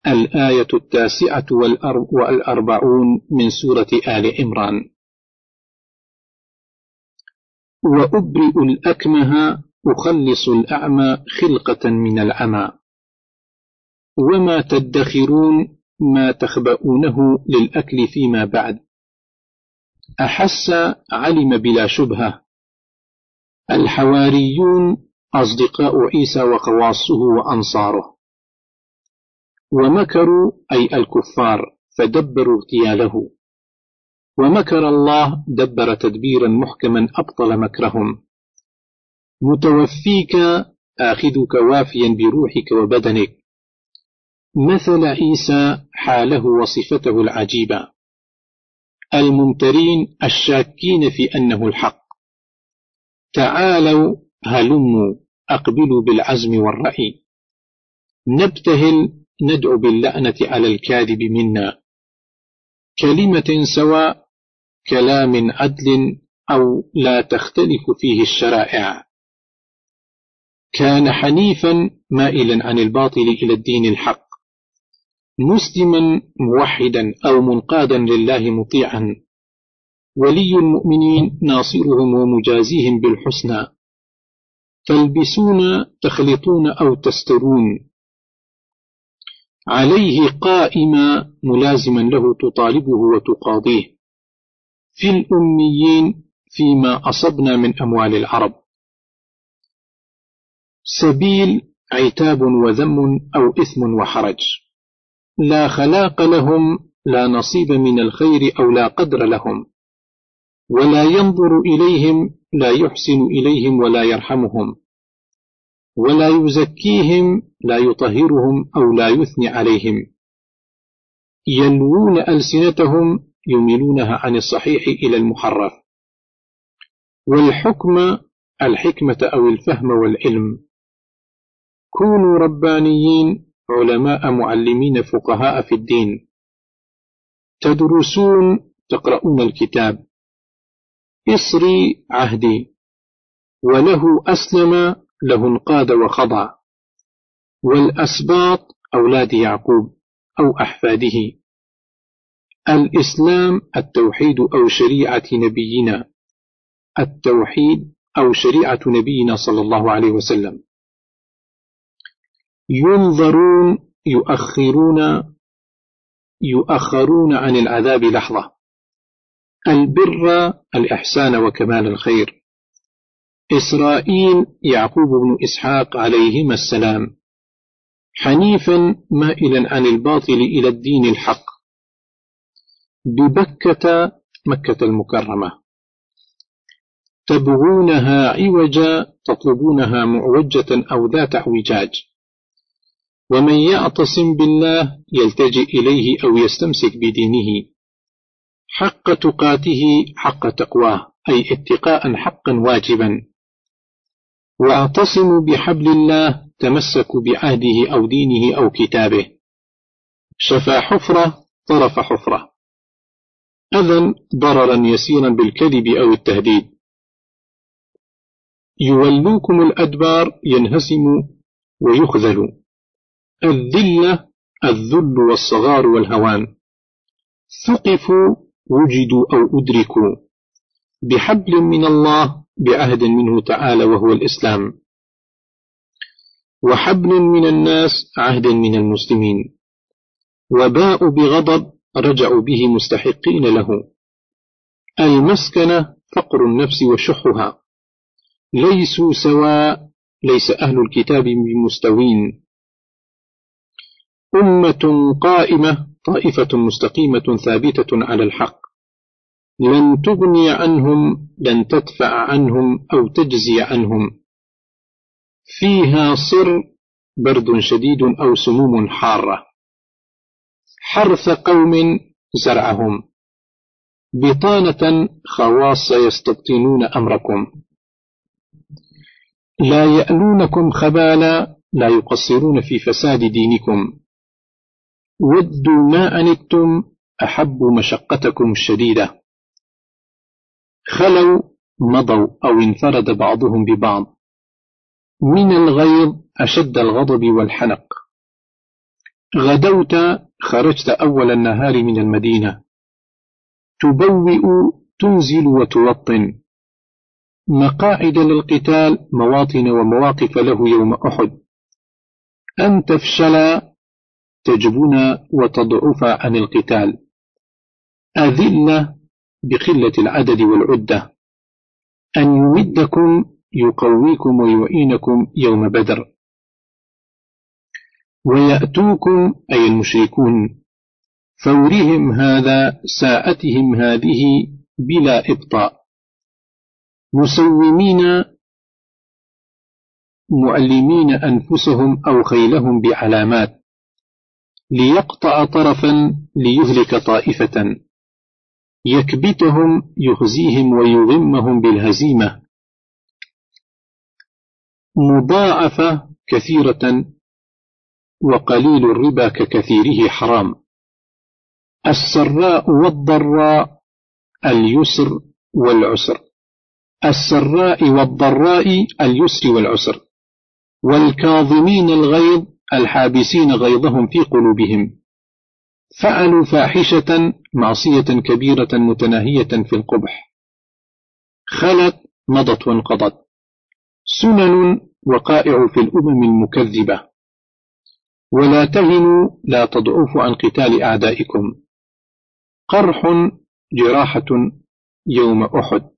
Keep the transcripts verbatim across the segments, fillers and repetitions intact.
الآية التاسعة والأربعون من سورة آل عمران. وأبرئ الأكمه أخلص الأعمى خلقة من العمى، وما تدخرون ما تخبؤونه للأكل فيما بعد. أحس علم بلا شبهة. الحواريون أصدقاء عيسى وخواصه وأنصاره. ومكروا أي الكفار فدبروا اغتياله، ومكر الله دبر تدبيرا محكما أبطل مكرهم. متوفيك آخذك وافيا بروحك وبدنك، مثل عيسى حاله وصفته العجيبة. الممترين الشاكين في أنه الحق. تعالوا هلموا أقبلوا بالعزم والرأي، نبتهل ندعو باللعنة على الكاذب منا. كلمة سواء، كلام عدل أو لا تختلف فيه الشرائع. كان حنيفا مائلا عن الباطل إلى الدين الحق، مسلما موحدا أو منقادا لله مطيعا، ولي المؤمنين ناصرهم ومجازيهم بالحسنى. تلبسون تخلطون أو تسترون، عليه قائما ملازما له تطالبه وتقاضيه. في الأميين فيما أصبنا من أموال العرب. سبيل عتاب وذم أو إثم وحرج. لا خلاق لهم، لا نصيب من الخير أو لا قدر لهم، ولا ينظر إليهم، لا يحسن إليهم ولا يرحمهم، ولا يزكيهم، لا يطهرهم أو لا يثني عليهم. يلوون ألسنتهم يميلونها عن الصحيح إلى المحرف. والحكم الحكمة أو الفهم والعلم. كونوا ربانيين علماء معلمين فقهاء في الدين، تدرسون تقرؤون الكتاب. إصري عهدي، وله أسلم له انقاد وخضع. والأسباط أولاد يعقوب أو أحفاده. الإسلام التوحيد أو شريعة نبينا، التوحيد أو شريعة نبينا صلى الله عليه وسلم. ينظرون يؤخرون يؤخرون عن العذاب لحظة. البر الإحسان وكمال الخير. إسرائيل يعقوب بن إسحاق عليهما السلام، حنيفا مائلا عن الباطل إلى الدين الحق. ببكة مكة المكرمة. تبغونها عوجا، تطلبونها معوجة أو ذات اعوجاج. ومن يعتصم بالله يلتجئ إليه أو يستمسك بدينه حق تقاته حق تقواه، أي اتقاء حقا واجبا. واعتصموا بحبل الله، تمسكوا بعهده أو دينه أو كتابه. شفا حفرة طرف حفرة. أذى ضررا يسيرا بالكذب أو التهديد. يولوكم الأدبار ينهزموا ويخذلوا. الذلة الذل والصغار والهوان. ثقفوا وجدوا أو أدركوا. بحبل من الله، بعهد منه تعالى وهو الإسلام. وحبل من الناس، عهد من المسلمين. وباء بغضب، رجعوا به مستحقين له. المسكنة فقر النفس وشحها. ليسوا سواء، ليس أهل الكتاب بمستوين. أمة قائمة، طائفة مستقيمة ثابتة على الحق. لن تغني عنهم، لن تدفع عنهم أو تجزي عنهم. فيها صر، برد شديد أو سموم حارة. حرث قوم زرعهم. بطانة خواص يستبطنون أمركم. لا يألونكم خبالا، لا يقصرون في فساد دينكم. ودوا ما أنتم، أحبوا مشقتكم الشديدة. خلوا مضوا أو انفرد بعضهم ببعض. من الغيظ أشد الغضب والحنق. غدوت خرجت أول النهار من المدينة. تبوئ تنزل وتوطن. مقاعد للقتال مواطن ومواقف له يوم أحد. أن تفشل تجبن وتضعف عن القتال. أذلة بقلة العدد والعدة. أن يمدكم يقويكم ويعينكم يوم بدر. ويأتوكم أي المشركون فورهم هذا ساعتهم هذه بلا إبطاء، مسومين معلمين أنفسهم أو خيلهم بعلامات، ليقطع طرفا ليهلك طائفة، يكبتهم يخزيهم ويغمهم بالهزيمة. مضاعفة كثيرة وقليل الربا ككثيره حرام. السراء والضراء اليسر والعسر. السراء والضراء اليسر والعسر. والكاظمين الغيظ الحابسين غيظهم في قلوبهم. فعلوا فاحشة معصية كبيرة متناهية في القبح. خلت مضت وانقضت. سنن وقائع في الأمم المكذبة. ولا تهنوا لا تضعفوا عن قتال أعدائكم. قرح جراحة يوم أحد.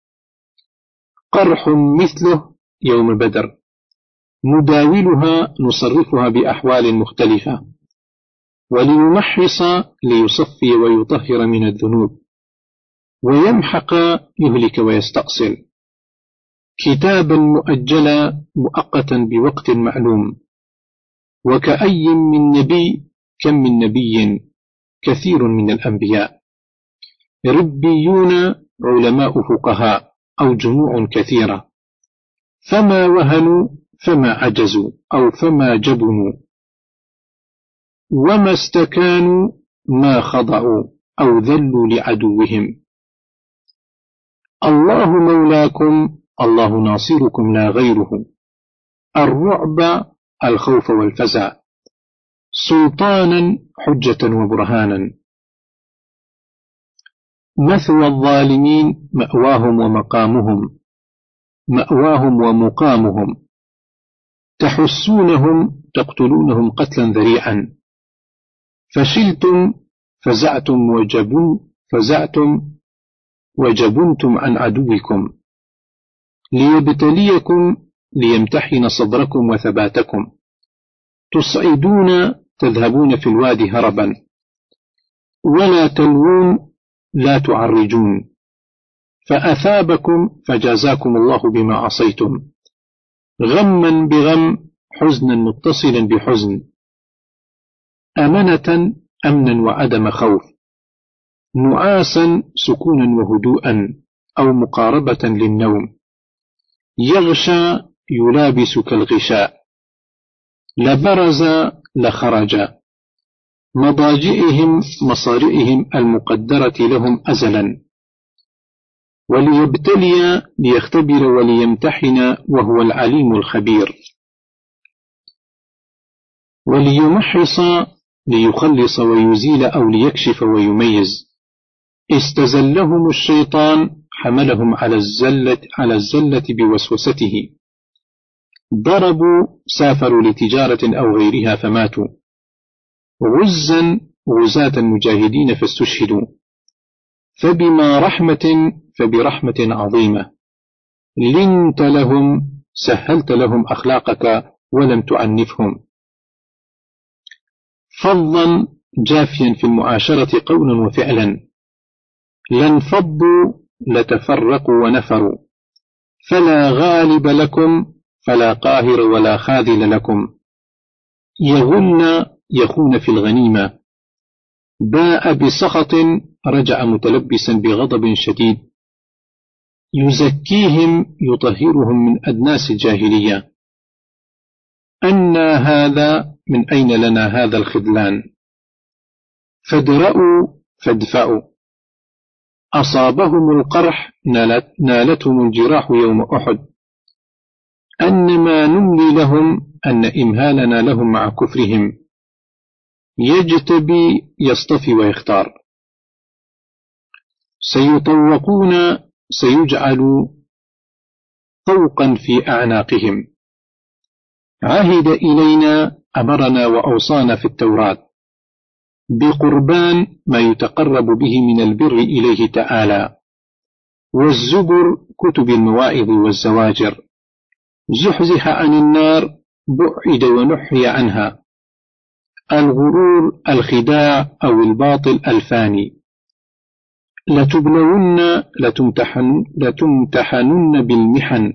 قرح مثله يوم بدر. نداولها نصرفها بأحوال مختلفة، وليمحص ليصفي ويطهر من الذنوب، ويمحق يهلك ويستأصل. كتابا مؤجلا مؤقتا بوقت معلوم. وكأي من نبي كم من نبي كثير من الأنبياء. ربيون علماء فقهاء أو جموع كثيرة. فما وهنوا فما عجزوا أو فما جبنوا. وما استكانوا ما خضعوا أو ذلوا لعدوهم. الله مولاكم الله ناصركم لا غيره. الرعب الخوف والفزع. سلطانا حجة وبرهانا. مثوى الظالمين مأواهم ومقامهم. مأواهم ومقامهم. تحسونهم تقتلونهم قتلا ذريعا. فشلتم فزعتم وجبن فزعتم وجبنتم عن عدوكم، ليبتليكم ليمتحن صبركم وثباتكم. تصعدون تذهبون في الوادي هربا، ولا تلوون لا تعرجون. فأثابكم فجازاكم الله بما عصيتم. غما بغم حزنا متصلا بحزن. أمنة أمنا وعدم خوف. نعاسا سكونا وهدوءا أو مقاربة للنوم. يغشى يلابس كالغشاء. لبرز لخرج. مضاجئهم مصارئهم المقدرة لهم أزلا. وليبتلي ليختبر وليمتحن وهو العليم الخبير. وليمحص ليخلص ويزيل أو ليكشف ويميز. استزلهم الشيطان حملهم على الزلة, على الزلة بوسوسته. ضربوا سافروا لتجارة أو غيرها فماتوا. غزا غزاة مجاهدين فاستشهدوا. فبما رحمة فبرحمة عظيمة لنت لهم سهلت لهم أخلاقك ولم تعنفهم. فظا جافيا في المعاشرة قولا وفعلا. لانفضوا لتفرقوا ونفروا. فلا غالب لكم فلا قاهر ولا خاذل لكم. يغن يخون في الغنيمة. باء بسخط رجع متلبسا بغضب شديد. يزكيهم يطهرهم من أدناس الجاهلية. أنا هذا من أين لنا هذا الخذلان. فادرأوا فادفعوا. أصابهم القرح نالت نالتهم الجراح يوم أحد. أنما نملي لهم أن إمهالنا لهم مع كفرهم. يجتبي يصطفي ويختار. سيطوقون سيجعل طوقا في أعناقهم. عهد إلينا أمرنا وأوصانا في التوراة بقربان ما يتقرب به من البر إليه تعالى، والزبر كتب المواعظ والزواجر. زحزح عن النار بعد ونحي عنها. الغرور الخداع أو الباطل الفاني. لتبلون لتمتحن لتمتحنن بالمحن،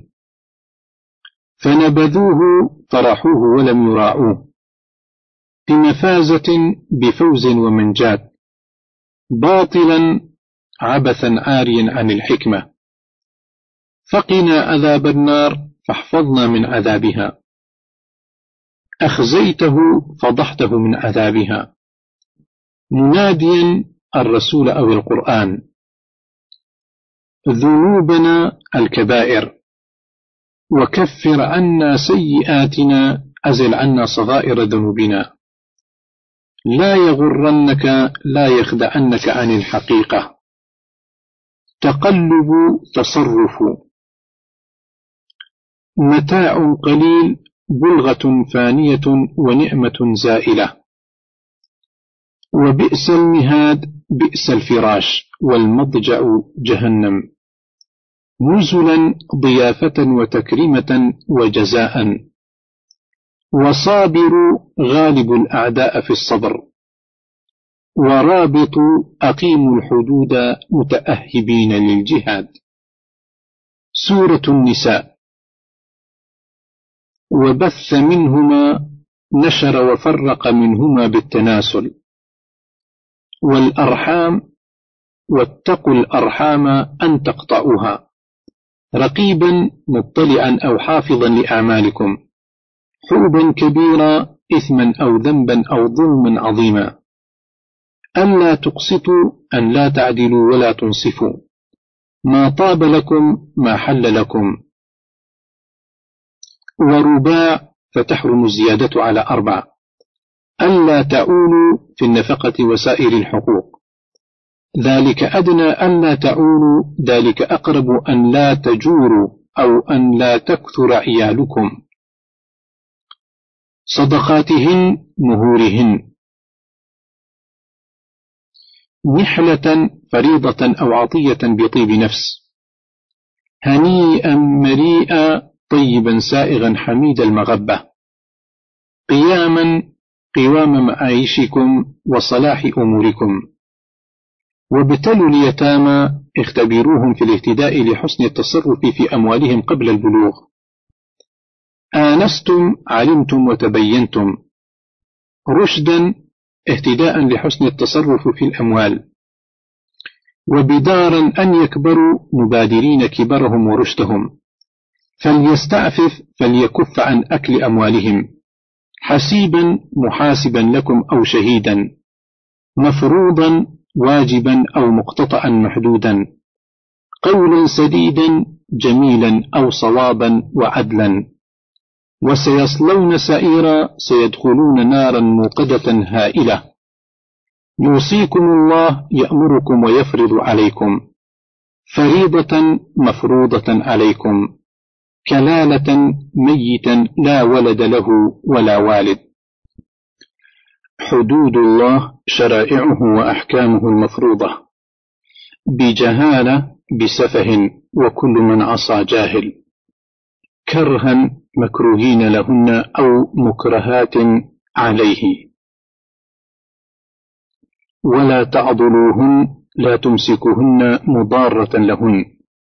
فنبذوه طرحوه ولم يراعوه. بمفازة بفوز ومنجات، باطلا عبثا عاريا عن الحكمة. فقنا عذاب النار فاحفظنا من عذابها. أخزيته فضحته من عذابها. مناديا الرسول أو القرآن. ذنوبنا الكبائر، وكفر عنا سيئاتنا، أزل عنا صغائر ذنوبنا. لا يغرنك لا يخدعنك عن الحقيقة. تقلب تصرف. متاع قليل بلغة فانية ونعمة زائلة. وبئس المهاد بئس الفراش، والمضجع جهنم. نزلا ضيافة وتكريمة وجزاء. وصابر غالب الأعداء في الصبر. ورابط أقيموا الحدود متأهبين للجهاد. سورة النساء. وبث منهما نشر وفرق منهما بالتناسل. والأرحام. واتقوا الأرحام أن تقطعوها. رقيبا مطلعا أو حافظا لأعمالكم. حوبا كبيرا إثما أو ذنبا أو ظلما عظيما. ألا تقسطوا أن لا تعدلوا ولا تنصفوا. ما طاب لكم ما حل لكم. ورباع فتحرم الزيادة على أربع. ألا تعولوا في النفقة وسائر الحقوق. ذلك أدنى ألا تعولوا، ذلك أقرب أن لا تجوروا أو أن لا تكثر عيالكم. صدقاتهن مهورهن. نحلة فريضة أو عطية بطيب نفس. هنيئا مريئا طيبا سائغا حميد المغبة. قياما قوام معايشكم وصلاح أموركم. وابتلوا اليتامى اختبروهم في الاهتداء لحسن التصرف في أموالهم قبل البلوغ. آنستم علمتم وتبينتم. رشدا اهتداء لحسن التصرف في الأموال. وبدارا أن يكبروا مبادرين كبرهم ورشدهم. فليستعفف فليكف عن أكل أموالهم. حسيبا محاسبا لكم أو شهيدا. مفروضا واجبا أو مقتطعا محدودا. قولا سديدا جميلا أو صوابا وعدلا. وسيصلون سعيرا سيدخلون نارا موقدة هائلة. يوصيكم الله يأمركم ويفرض عليكم. فريضة مفروضة عليكم. كلالة ميتا لا ولد له ولا والد. حدود الله شرائعه وأحكامه المفروضة. بجهالة بسفه، وكل من عصى جاهل. كرها مكروهين لهن أو مكرهات عليه. ولا تعضلوهن لا تمسكوهن مضارة لهن.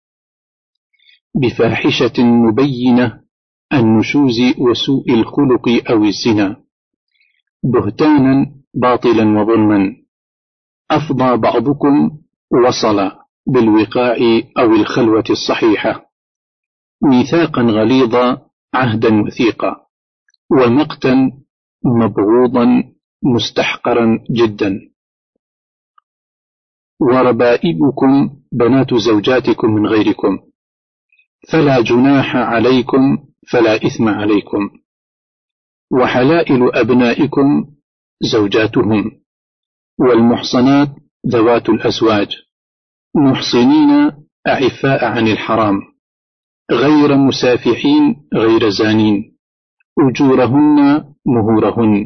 بفاحشة مبينة النشوز وسوء الخلق أو الزنا. بهتانا باطلا وظلما. أفضى بعضكم وصل بالوقاع أو الخلوة الصحيحة. ميثاقا غليظا عهدا وثيقا. ومقتا مبغوضا مستحقرا جدا. وربائبكم بنات زوجاتكم من غيركم. فلا جناح عليكم فلا إثم عليكم. وحلائل أبنائكم زوجاتهم. والمحصنات ذوات الأزواج محصنين أعفاء عن الحرام غير مسافحين غير زانين أجورهن مهورهن.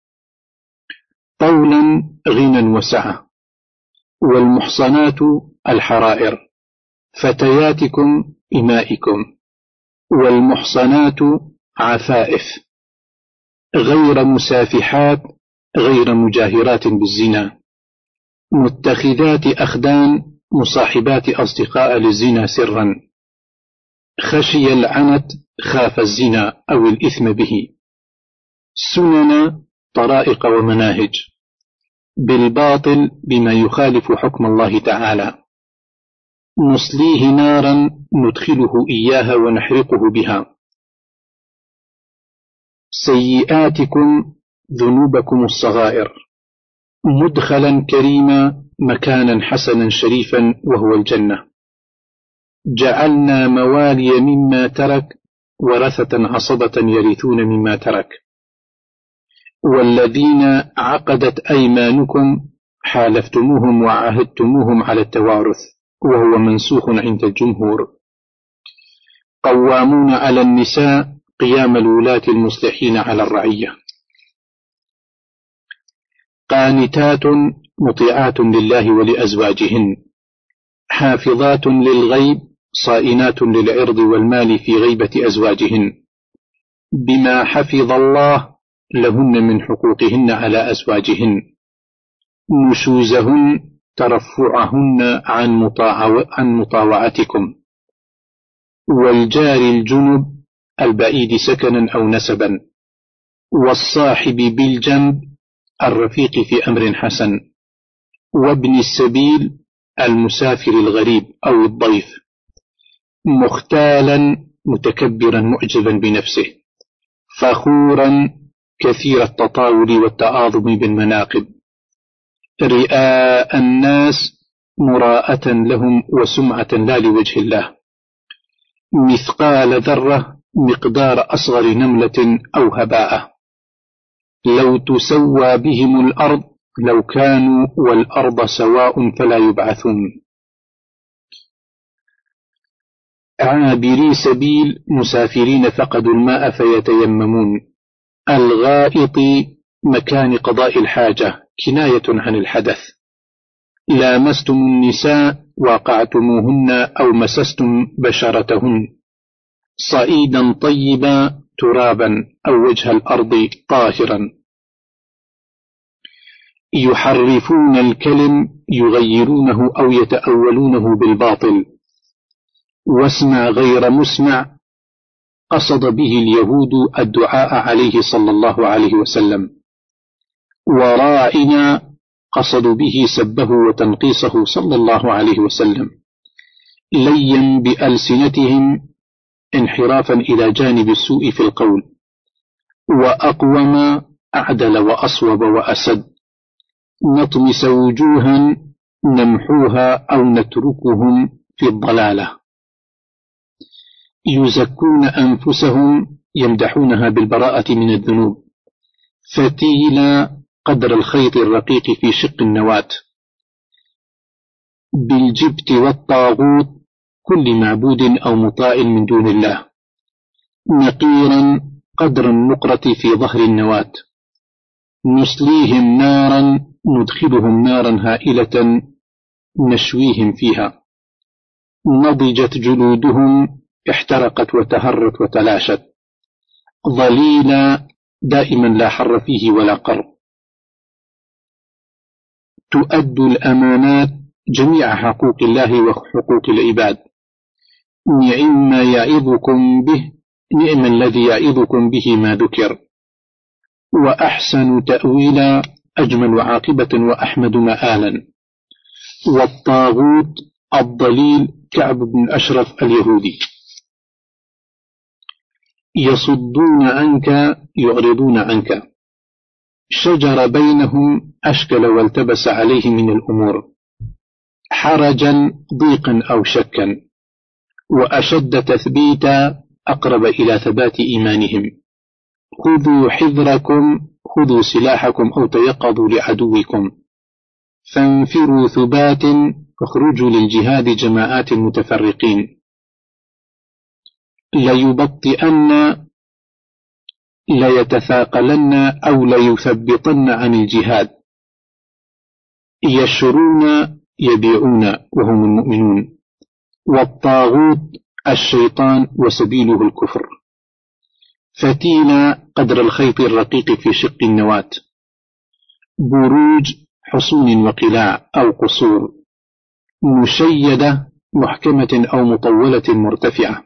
طولا غنى وسعة. والمحصنات الحرائر فتياتكم إمائكم. والمحصنات عفائف غير مسافحات غير مجاهرات بالزنا متخذات أخدان مصاحبات أصدقاء للزنا سرا خشي العنت خاف الزنا أو الإثم به. سنن طرائق ومناهج بالباطل بما يخالف حكم الله تعالى نصليه نارا ندخله إياها ونحرقه بها. سيئاتكم ذنوبكم الصغائر مدخلا كريما مكانا حسنا شريفا وهو الجنة. جعلنا موالي مما ترك ورثة عصبة يرثون مما ترك. والذين عقدت أيمانكم حالفتموهم وعاهدتموهم على التوارث وهو منسوخ عند الجمهور. قوامون على النساء قيام الولاة المصلحين على الرعية. قانتات مطيعات لله ولأزواجهن حافظات للغيب صائنات للعرض والمال في غيبة أزواجهن بما حفظ الله لهن من حقوقهن على أزواجهن. نشوزهن ترفعهن عن, مطاعو عن مطاوعتكم. والجار الجنب البعيد سكنا أو نسبا. والصاحب بالجنب الرفيق في أمر حسن. وابن السبيل المسافر الغريب أو الضيف. مختالا متكبرا معجبا بنفسه. فخورا كثير التطاول والتعاظم بالمناقب. رئاء الناس مراءة لهم وسمعة لا لوجه الله. مثقال ذرة مقدار أصغر نملة أو هباءة. لو تسوى بهم الأرض لو كانوا والأرض سواء فلا يبعثون. عابري سبيل مسافرين فقدوا الماء فيتيممون. الغائط مكان قضاء الحاجة كناية عن الحدث. لامستم النساء واقعتموهن أو مسستم بشرتهن. صعيدا طيبا ترابا أو وجه الأرض طاهرا. يحرفون الكلم يغيرونه أو يتأولونه بالباطل. واسمع غير مسمع قصد به اليهود الدعاء عليه صلى الله عليه وسلم. وراعنا قصدوا به سبه وتنقيصه صلى الله عليه وسلم. ليا بألسنتهم انحرافا إلى جانب السوء في القول. وأقوم أعدل وأصوب وأسد. نطمس وجوها نمحوها أو نتركهم في الضلالة. يزكون أنفسهم يمدحونها بالبراءة من الذنوب. فتيلا قدر الخيط الرقيق في شق النواة. بالجبت والطاغوت كل معبود أو مطاع من دون الله. نقيرا قدر النقرة في ظهر النواة. نصليهم نارا ندخلهم نارا هائلة نشويهم فيها. نضجت جلودهم احترقت وتهرت وتلاشت. ظليلا دائما لا حر فيه ولا قر. تؤد الأمانات جميع حقوق الله وحقوق العباد. نعم ما يعظكم به نعم الذي يعظكم به ما ذكر. وأحسن تأويلا أجمل عاقبة وأحمد مآلا. والطاغوت الضليل كعب بن الأشرف اليهودي. يصدون عنك يعرضون عنك. شجر بينهم أشكل والتبس عليه من الأمور. حرجا ضيقا أو شكا. وأشد تثبيتا أقرب إلى ثبات إيمانهم. خذوا حذركم خذوا سلاحكم أو تيقظوا لعدوكم، فانفروا ثبات فاخرجوا للجهاد جماعات متفرقين، ليبطئن ليتثاقلن أو ليثبطن عن الجهاد، يشرون يبيعون وهم المؤمنون، والطاغوت الشيطان وسبيله الكفر، فتيل قدر الخيط الرقيق في شق النواة، بروج حصون وقلاع أو قصور، مشيدة محكمة أو مطولة مرتفعة،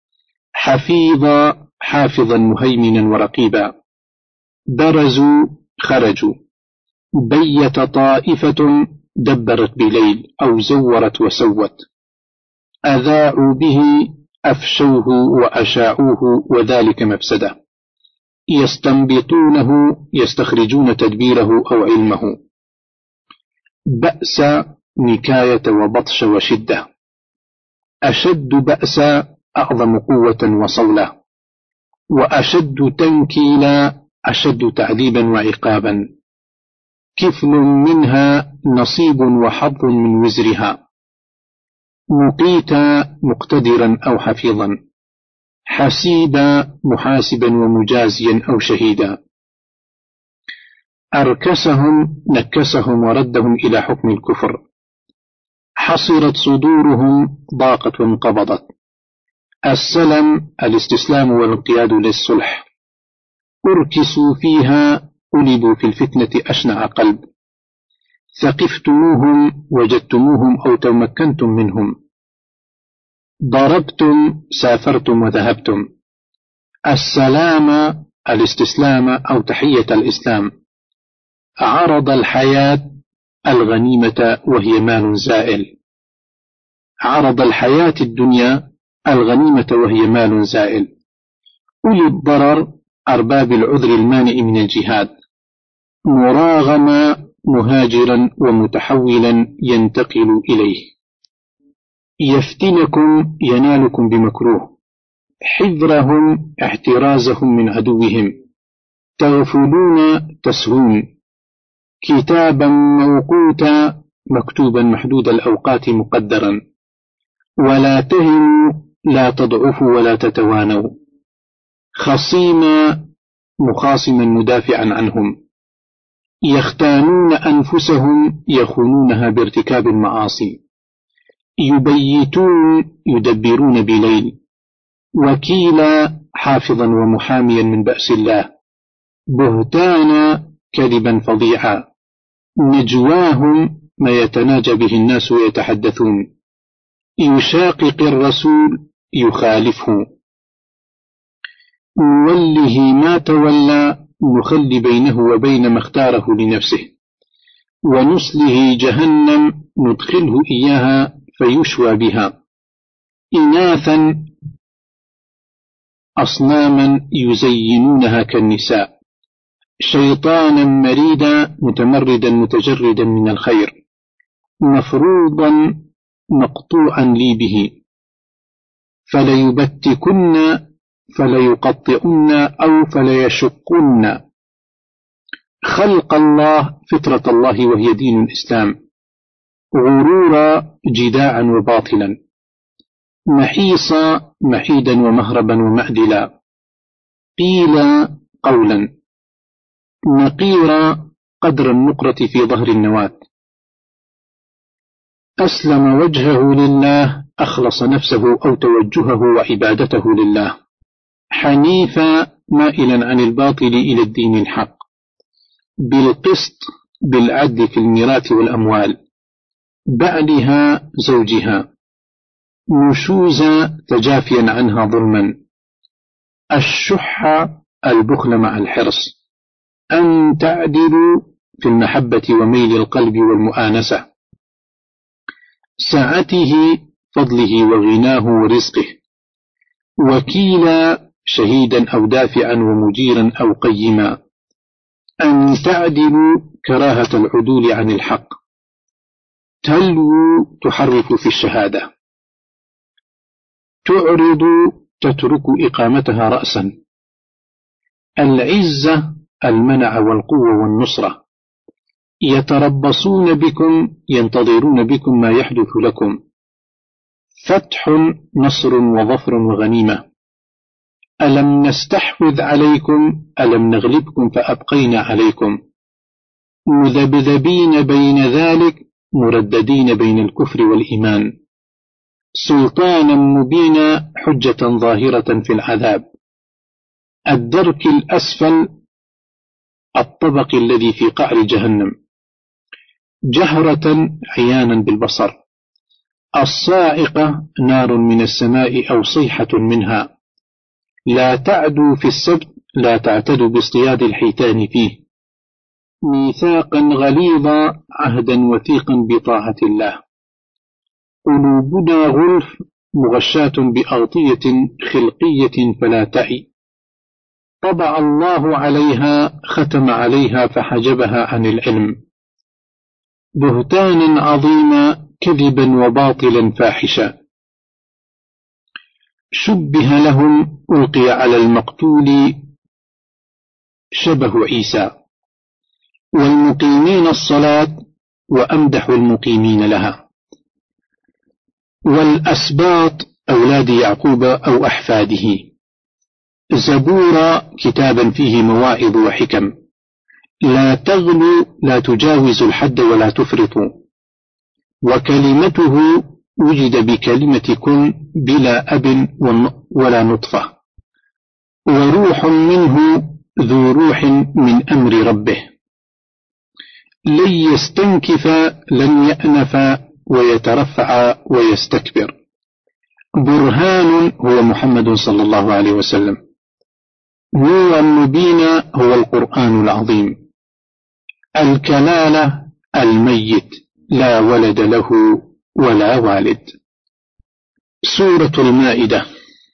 حفيظا حافظا مهيمنا ورقيبا، برزوا خرجوا، بيت طائفة دبرت بليل أو زورت وسوت، أذاعوا به أفشوه وأشاعوه وذلك مفسدة، يستنبطونه يستخرجون تدبيره أو علمه، بأس نكاية وبطش وشدة، أشد بأس أعظم قوة وصولة، وأشد تنكيلا أشد تعذيبا وعقابا، كفل منها نصيب وحظ من وزرها، مقيتا مقتدرا أو حفيظا، حسيبا محاسبا ومجازيا أو شهيدا، أركسهم نكسهم وردهم إلى حكم الكفر، حصرت صدورهم ضاقت وانقبضت، السلم الاستسلام والانقياد للصلح، أركسوا فيها قلبوا في الفتنة أشنع قلب، ثقفتموهم وجدتموهم أو تمكنتم منهم، ضربتم سافرتم وذهبتم، السلام الاستسلام أو تحية الإسلام، عرض الحياة الغنيمة وهي مال زائل، عرض الحياة الدنيا الغنيمة وهي مال زائل، أولي الضرر أرباب العذر المانع من الجهاد، مراغما مهاجرا ومتحولا ينتقل إليه، يفتنكم ينالكم بمكروه، حذرهم احترازهم من عدوهم، تغفلون تسهون، كتابا موقوتا مكتوبا محدود الأوقات مقدرا، ولا تهنوا لا تضعفوا ولا تتوانوا، خصيما مخاصما مدافعا عنهم، يختانون أنفسهم يخونونها بارتكاب المعاصي، يبيتون يدبرون بليل، وكيلا حافظا ومحاميا من بأس الله، بهتانا كذبا فظيعا، نجواهم ما يتناجى به الناس ويتحدثون، يشاقق الرسول يخالفه، نوله ما تولى نخلي بينه وبين ما اختاره لنفسه، ونصله جهنم ندخله إياها فيشوى بها، إناثا أصناما يزينونها كالنساء، شيطانا مريدا متمردا متجردا من الخير، مفروضا مقطوعا لي به، فليبتكن فليقطئن أو فليشقن خلق الله فطرة الله وهي دين الإسلام، غرورا جداعا وباطلا، محيصا محيدا ومهربا ومعدلا، قيلا قولا، نقيرا قدر النقرة في ظهر النواة، أسلم وجهه لله أخلص نفسه أو توجهه وعبادته لله، حنيفا مائلا عن الباطل إلى الدين الحق، بالقسط بالعدل في الميراث والأموال، بعدها زوجها، نشوزا تجافيا عنها ظلما، الشح البخل مع الحرص، أن تعدلوا في المحبة وميل القلب والمؤانسة، سعته فضله وغناه ورزقه، وكيلا شهيدا أو دافعا ومجيرا أو قيما، أن تعدلوا كراهة العدول عن الحق، تلو تحرف في الشهادة، تعرض تترك إقامتها رأسا، العزة المنع والقوة والنصرة. يتربصون بكم ينتظرون بكم ما يحدث لكم. فتح نصر وظفر وغنيمة. ألم نستحوذ عليكم ألم نغلبكم فأبقينا عليكم. مذبذبين بين ذلك مرددين بين الكفر والإيمان. سلطانا مبينا حجة ظاهرة في العذاب. الدرك الأسفل الطبق الذي في قعر جهنم. جهرة عيانا بالبصر. الصاعقة نار من السماء أو صيحة منها. لا تعدوا في السبت لا تعتدوا باصطياد الحيتان فيه. ميثاقا غليظا عهدا وثيقا بطاعة الله. قلوبنا غلف مغشاة بأغطية خلقية فلا تعي. طبع الله عليها ختم عليها فحجبها عن العلم. بهتانا عظيما كذبا وباطلا فاحشا. شبه لهم ألقي على المقتول شبه عيسى. والمقيمين الصلاة وأمدح المقيمين لها. والأسباط أولاد يعقوب أو أحفاده. زبورا كتابا فيه مواعظ وحكم. لا تغلوا لا تجاوز الحد ولا تفرطوا. وكلمته وجد بكلمة كن بلا أب ولا نطفة. وروح منه ذو روح من أمر ربه. لن يستنكف لن يأنف ويترفع ويستكبر. برهان هو محمد صلى الله عليه وسلم. نورا مبينا هو القرآن العظيم. الكلالة الميت لا ولد له ولا والد. سورة المائدة.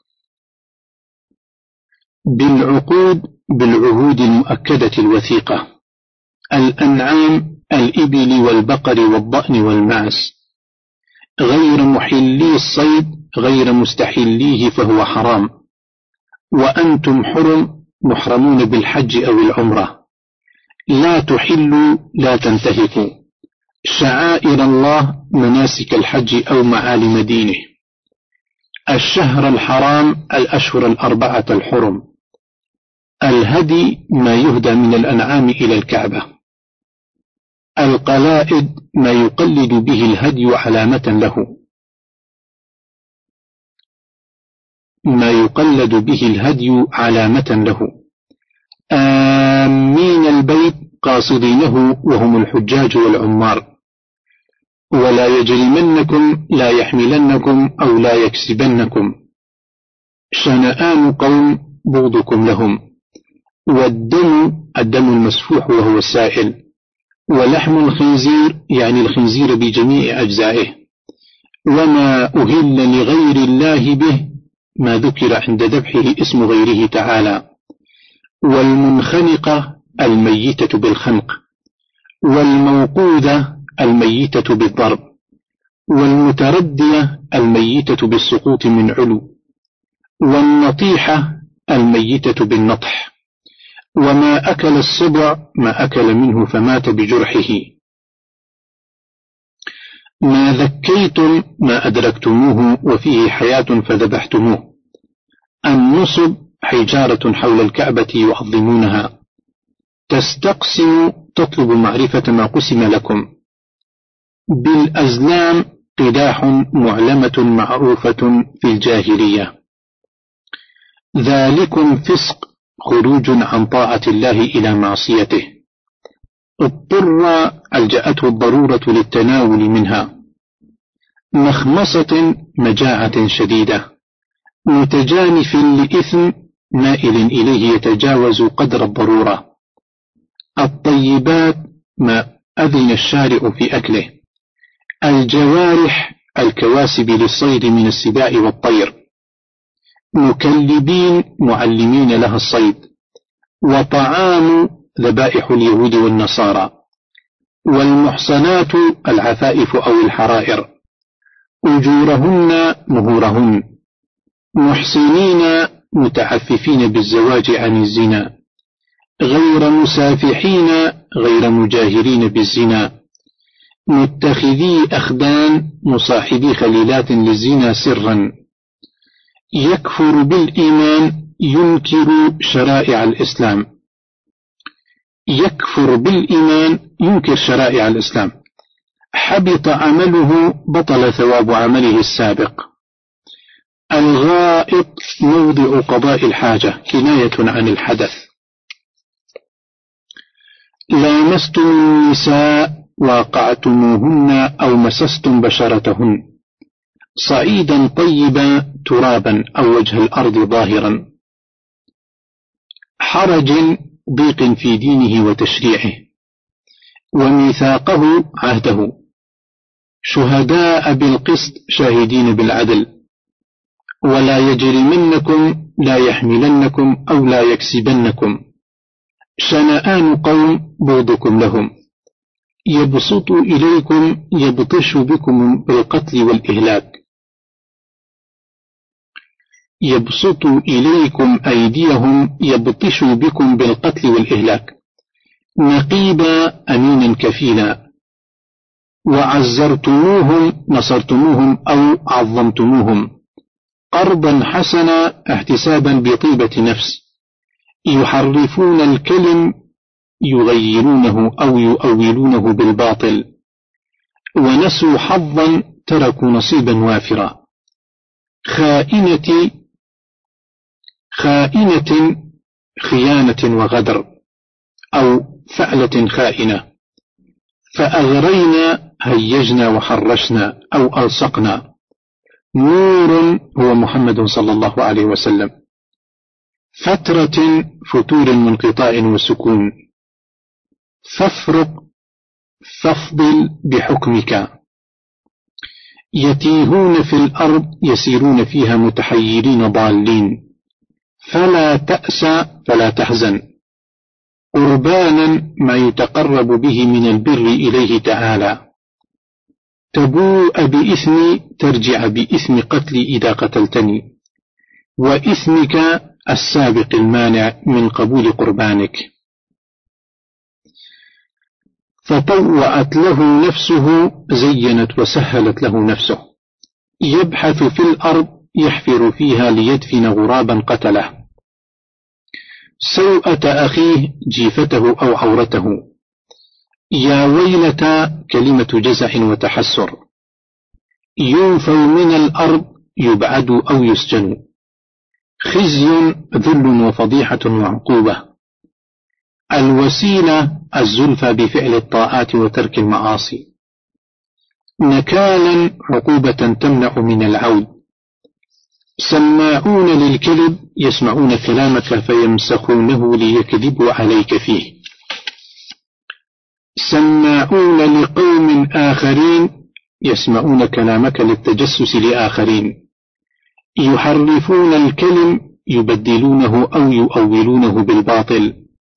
بالعقود بالعهود المؤكدة الوثيقة. الأنعام الإبل والبقر والضأن والمعز. غير محلي الصيد غير مستحليه فهو حرام. وأنتم حرم محرمون بالحج أو العمرة. لا تحلوا لا تنتهكوا. شعائر الله مناسك الحج أو معالم دينه. الشهر الحرام الأشهر الأربعة الحرم. الهدي ما يهدى من الأنعام إلى الكعبة. القلائد ما يقلد به الهدي علامة له. ما يقلد به الهدي علامة له. آمين البيت قاصدينه وهم الحجاج والعمار. ولا يجرمنكم لا يحملنكم أو لا يكسبنكم شنآن قوم بغضكم لهم. والدم الدم المسفوح وهو السائل. ولحم الخنزير يعني الخنزير بجميع أجزائه. وما أهل لغير الله به ما ذكر عند ذبحه اسم غيره تعالى. والمنخنقة الميتة بالخنق. والموقوذة الميتة بالضرب. والمتردية الميتة بالسقوط من علو. والنطيحة الميتة بالنطح. وما أكل السبع ما أكل منه فمات بجرحه. ما ذكيتم ما أدركتموه وفيه حياة فذبحتموه. النصب حجارة حول الكعبة يعظمونها. تستقسم تطلب معرفة ما قسم لكم. بالأزلام قداح معلمة معروفة في الجاهلية. ذلكم فسق خروج عن طاعة الله إلى معصيته. اضطر ألجأته الضرورة للتناول منها. مخمصة مجاعة شديدة. متجانف لإثم مائل إليه يتجاوز قدر الضرورة. الطيبات ما أذن الشارع في أكله. الجوارح الكواسب للصيد من السباع والطير. مكلبين معلمين لها الصيد. وطعام ذبائح اليهود والنصارى. والمحصنات العفائف أو الحرائر. أجورهن مهورهن. محسنين متعففين بالزواج عن الزنا. غير مسافحين غير مجاهرين بالزنا متخذي أخدان مصاحبي خليلات للزنا سرا يكفر بالإيمان ينكر شرائع الإسلام يكفر بالإيمان ينكر شرائع الإسلام حبط عمله بطل ثواب عمله السابق. الغائط موضع قضاء الحاجة كناية عن الحدث. لامستم النساء واقعتموهن أو مسستم بشرتهن صعيدا طيبا ترابا أو وجه الأرض ظاهرا. حرج ضيق في دينه وتشريعه وميثاقه عهده. شهداء بالقسط شاهدين بالعدل. ولا يجرمنكم لا يحملنكم أو لا يكسبنكم شنآن قوم بغضكم لهم. يبسط إليكم يبطش بكم بالقتل والإهلاك. يبسط إليكم أيديهم يبطش بكم بالقتل والإهلاك. نقيبا أمينا كفيلا. وعزرتموهم نصرتموهم أو عظمتموهم. قرضا حسنا احتسابا بطيبة نفس. يحرفون الكلم يغيرونه أو يؤولونه بالباطل. ونسوا حظا تركوا نصيبا وافرا. خائنة خائنة خيانة وغدر أو فعلة خائنة. فأغرينا هيجنا وحرشنا أو ألصقنا. نور هو محمد صلى الله عليه وسلم. فترة فتور منقطاع وسكون. فافرق فافضل بحكمك. يتيهون في الأرض يسيرون فيها متحيرين ضالين. فلا تأسى فلا تحزن. قربانا ما يتقرب به من البر إليه تعالى. تبوء بإثمي ترجع بإثم قتلي إذا قتلتني. وإثمك السابق المانع من قبول قربانك. فطوأت له نفسه زينت وسهلت له نفسه. يبحث في الأرض يحفر فيها ليدفن غرابا قتله. سوءة أخيه جيفته أو عورته. يا ويلتا كلمة جزع وتحسر. ينفوا من الأرض يبعد أو يسجن. خزي ذل وفضيحة وعقوبة. الوسيلة الزلفى بفعل الطاعات وترك المعاصي. نكالا عقوبة تمنع من العود. سماعون للكذب يسمعون كلامك فيمسخونه ليكذبوا عليك فيه. سماعون لقوم آخرين يسمعون كلامك للتجسس لآخرين. يحرفون الكلم يبدلونه أو يؤولونه بالباطل.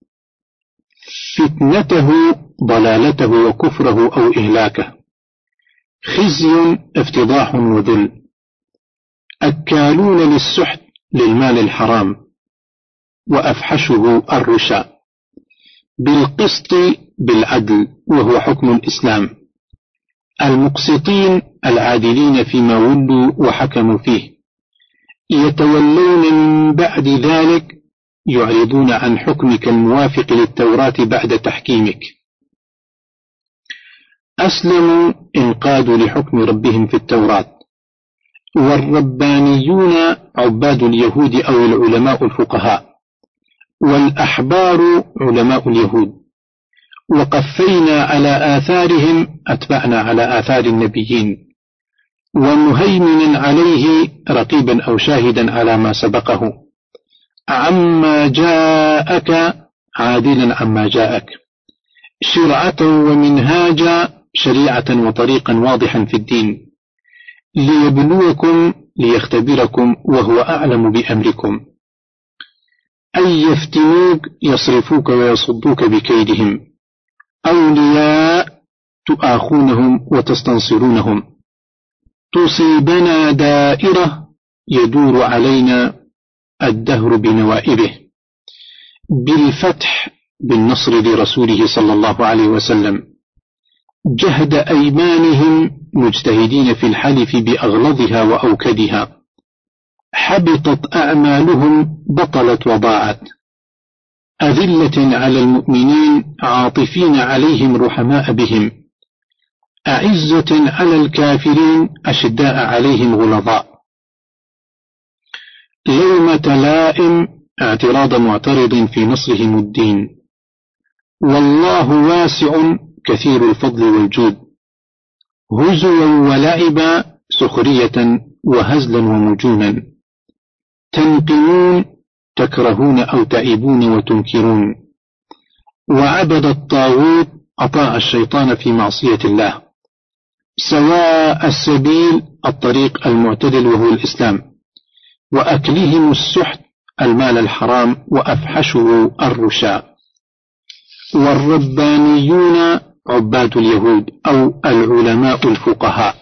فتنته ضلالته وكفره أو إهلاكه. خزي افتضاح وذل. أكالون للسحت للمال الحرام. وأفحشه الرشا. بالقسط بالعدل وهو حكم الإسلام. المقسطين العادلين فيما ولوا وحكموا فيه. يتولون من بعد ذلك يعرضون عن حكمك الموافق للتوراة بعد تحكيمك. أسلموا انقادوا لحكم ربهم في التوراة. والربانيون عباد اليهود أو العلماء الفقهاء. والأحبار علماء اليهود. وقفينا على آثارهم أتبعنا على آثار النبيين. ومهيمن عليه رقيبا أو شاهدا على ما سبقه. عما جاءك عادلا عما جاءك. شرعة ومنهاجا شريعة وطريقا واضحا في الدين. ليبلوكم ليختبركم وهو أعلم بأمركم. أن يفتنوك يصرفوك ويصدوك بكيدهم. أولياء تؤاخونهم وتستنصرونهم. تصيبنا دائرة يدور علينا الدهر بنوائبه. بالفتح بالنصر لرسوله صلى الله عليه وسلم، جهد أيمانهم مجتهدين في الحلف بأغلظها وأوكدها، حبطت أعمالهم بطلت وضاعت، أذلة على المؤمنين عاطفين عليهم رحماء بهم، أعزة على الكافرين أشداء عليهم غلظاء، لومة لائم اعتراض معترض في نصرهم الدين، والله واسع كثير الفضل والجود، هزوا ولعبا سخرية وهزلا ومجونا، تنقمون تكرهون أو تعيبون وتنكرون، وعبد الطاغوت أطاع الشيطان في معصية الله، سواء السبيل الطريق المعتدل وهو الإسلام، وأكلهم السحت المال الحرام وأفحشه الرشا، والربانيون عباد اليهود أو العلماء الفقهاء،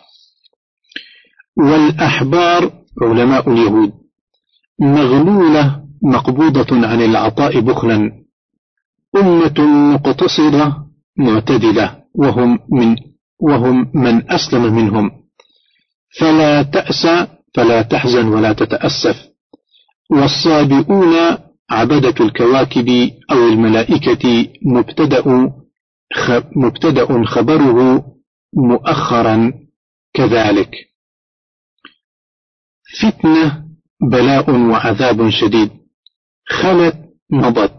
والأحبار علماء اليهود، مغلولة مقبوضة عن العطاء بخلا، أمة مقتصدة معتدلة وهم من وهم من أسلم منهم، فلا تأس فلا تحزن ولا تتأسف، والصابئون عبدة الكواكب أو الملائكة مبتدأ مبتدأ خبره مؤخرا كذلك، فتنة بلاء وعذاب شديد، خلت مضت،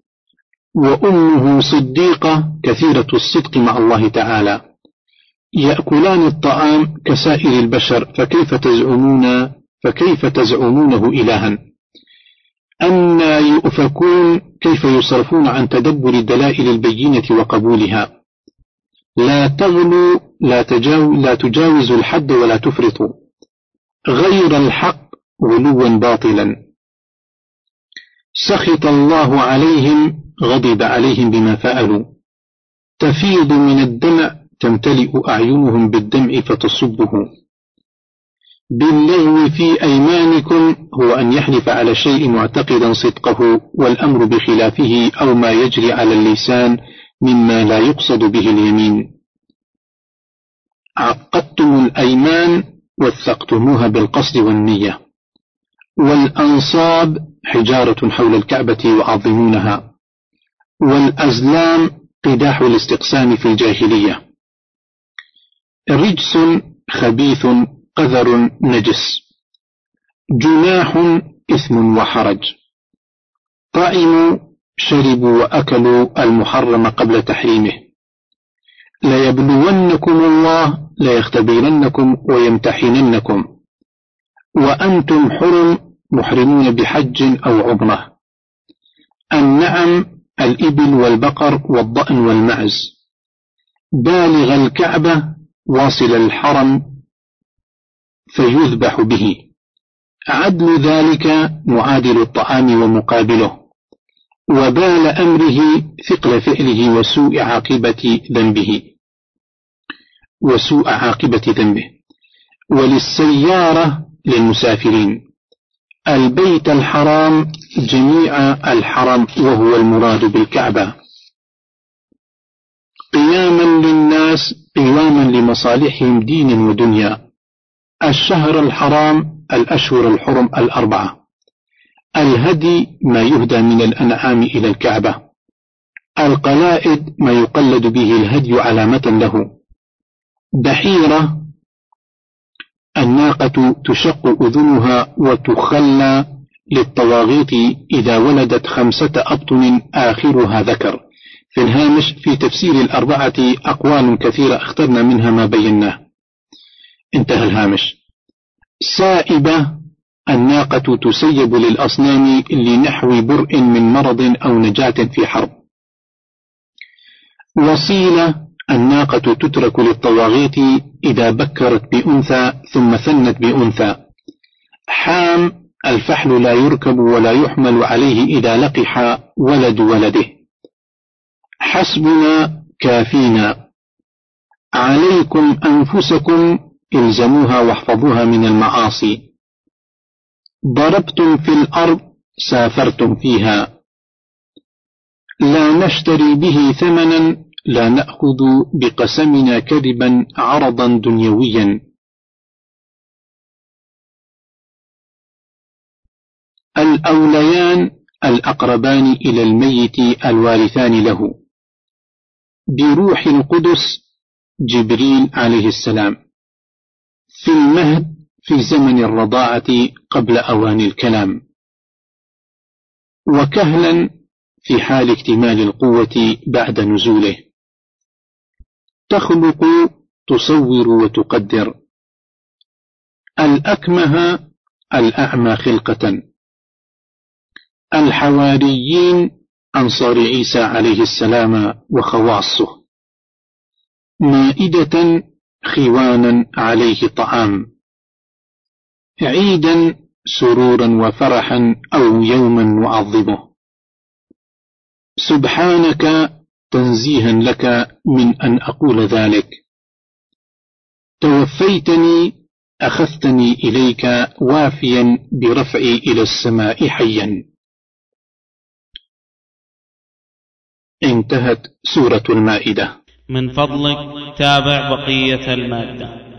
وأمه صديقة كثيرة الصدق مع الله تعالى، يأكلان الطعام كسائر البشر، فكيف تزعمون فكيف تزعمونه إلها؟ أن يؤفكون، كيف يصرفون عن تدبر الدلائل البينة وقبولها، لا تغلوا لا, تجاو لا تجاوزوا الحد ولا تفرطوا، غير الحق غلوا باطلا، سخط الله عليهم غضب عليهم بما فعلوا، تفيض من الدمع تمتلئ أعينهم بالدمع فتصبه، باللغو في أيمانكم هو أن يحلف على شيء معتقدا صدقه والأمر بخلافه أو ما يجري على اللسان مما لا يقصد به اليمين، عقدتم الأيمان وثقتموها بالقصد والنية، والأنصاب حجارة حول الكعبة يعظمونها، والأزلام قداح الاستقسام في الجاهلية، رجس خبيث قذر نجس، جناح إثم وحرج، طعموا شربوا وأكلوا المحرم قبل تحريمه، ليبلونكم الله ليختبرنكم ويمتحننكم، وأنتم حرم محرمون بحج أو عمرة، النعم الإبل والبقر والضأن والمعز، بالغ الكعبة واصل الحرم فيذبح به، عدل ذلك معادل الطعام ومقابله، وبال أمره ثقل فعله وسوء عاقبة ذنبه وسوء عاقبة ذنبه، وللسيارة للمسافرين، البيت الحرام جميع الحرم وهو المراد بالكعبة، قياما للناس قواما لمصالحهم دينا ودنيا، الشهر الحرام الأشهر الحرم الأربعة، الهدي ما يهدى من الأنعام إلى الكعبة، القلائد ما يقلد به الهدي علامة له، بحيرة الناقة تشق أذنها وتخلى للطواغيت إذا ولدت خمسة أبطن آخرها ذكر. في الهامش في تفسير الأربعة أقوال كثيرة اخترنا منها ما بيناه. انتهى الهامش. سائبة الناقة تسيب للأصنام لنحو برء من مرض أو نجاة في حرب. وصيلة الناقة تترك للطواغيت إذا بكرت بأنثى ثم ثنت بأنثى. حام الفحل لا يركب ولا يحمل عليه إذا لقح ولد ولده. حسبنا كافينا. عليكم أنفسكم إلزموها واحفظوها من المعاصي. ضربتم في الأرض سافرتم فيها. لا نشتري به ثمنا، لا نأخذ بقسمنا كذبا عرضا دنيويا. الأوليان الأقربان إلى الميت الوارثان له بروح القدس جبريل عليه السلام، في المهد في زمن الرضاعة قبل أوان الكلام، وكهلا في حال اكتمال القوة بعد نزوله. تخلق تصور وتقدر. الأكمه الأعمى خلقة. الحواريين أنصار عيسى عليه السلام وخواصه. مائدة خوانا عليه طعام. عيدا سرورا وفرحا أو يوما نعظمه. سبحانك تنزيها لك من أن أقول ذلك. توفيتني أخذتني إليك وافيا برفعي إلى السماء حيا. انتهت سورة المائدة. من فضلك تابع بقية المادة.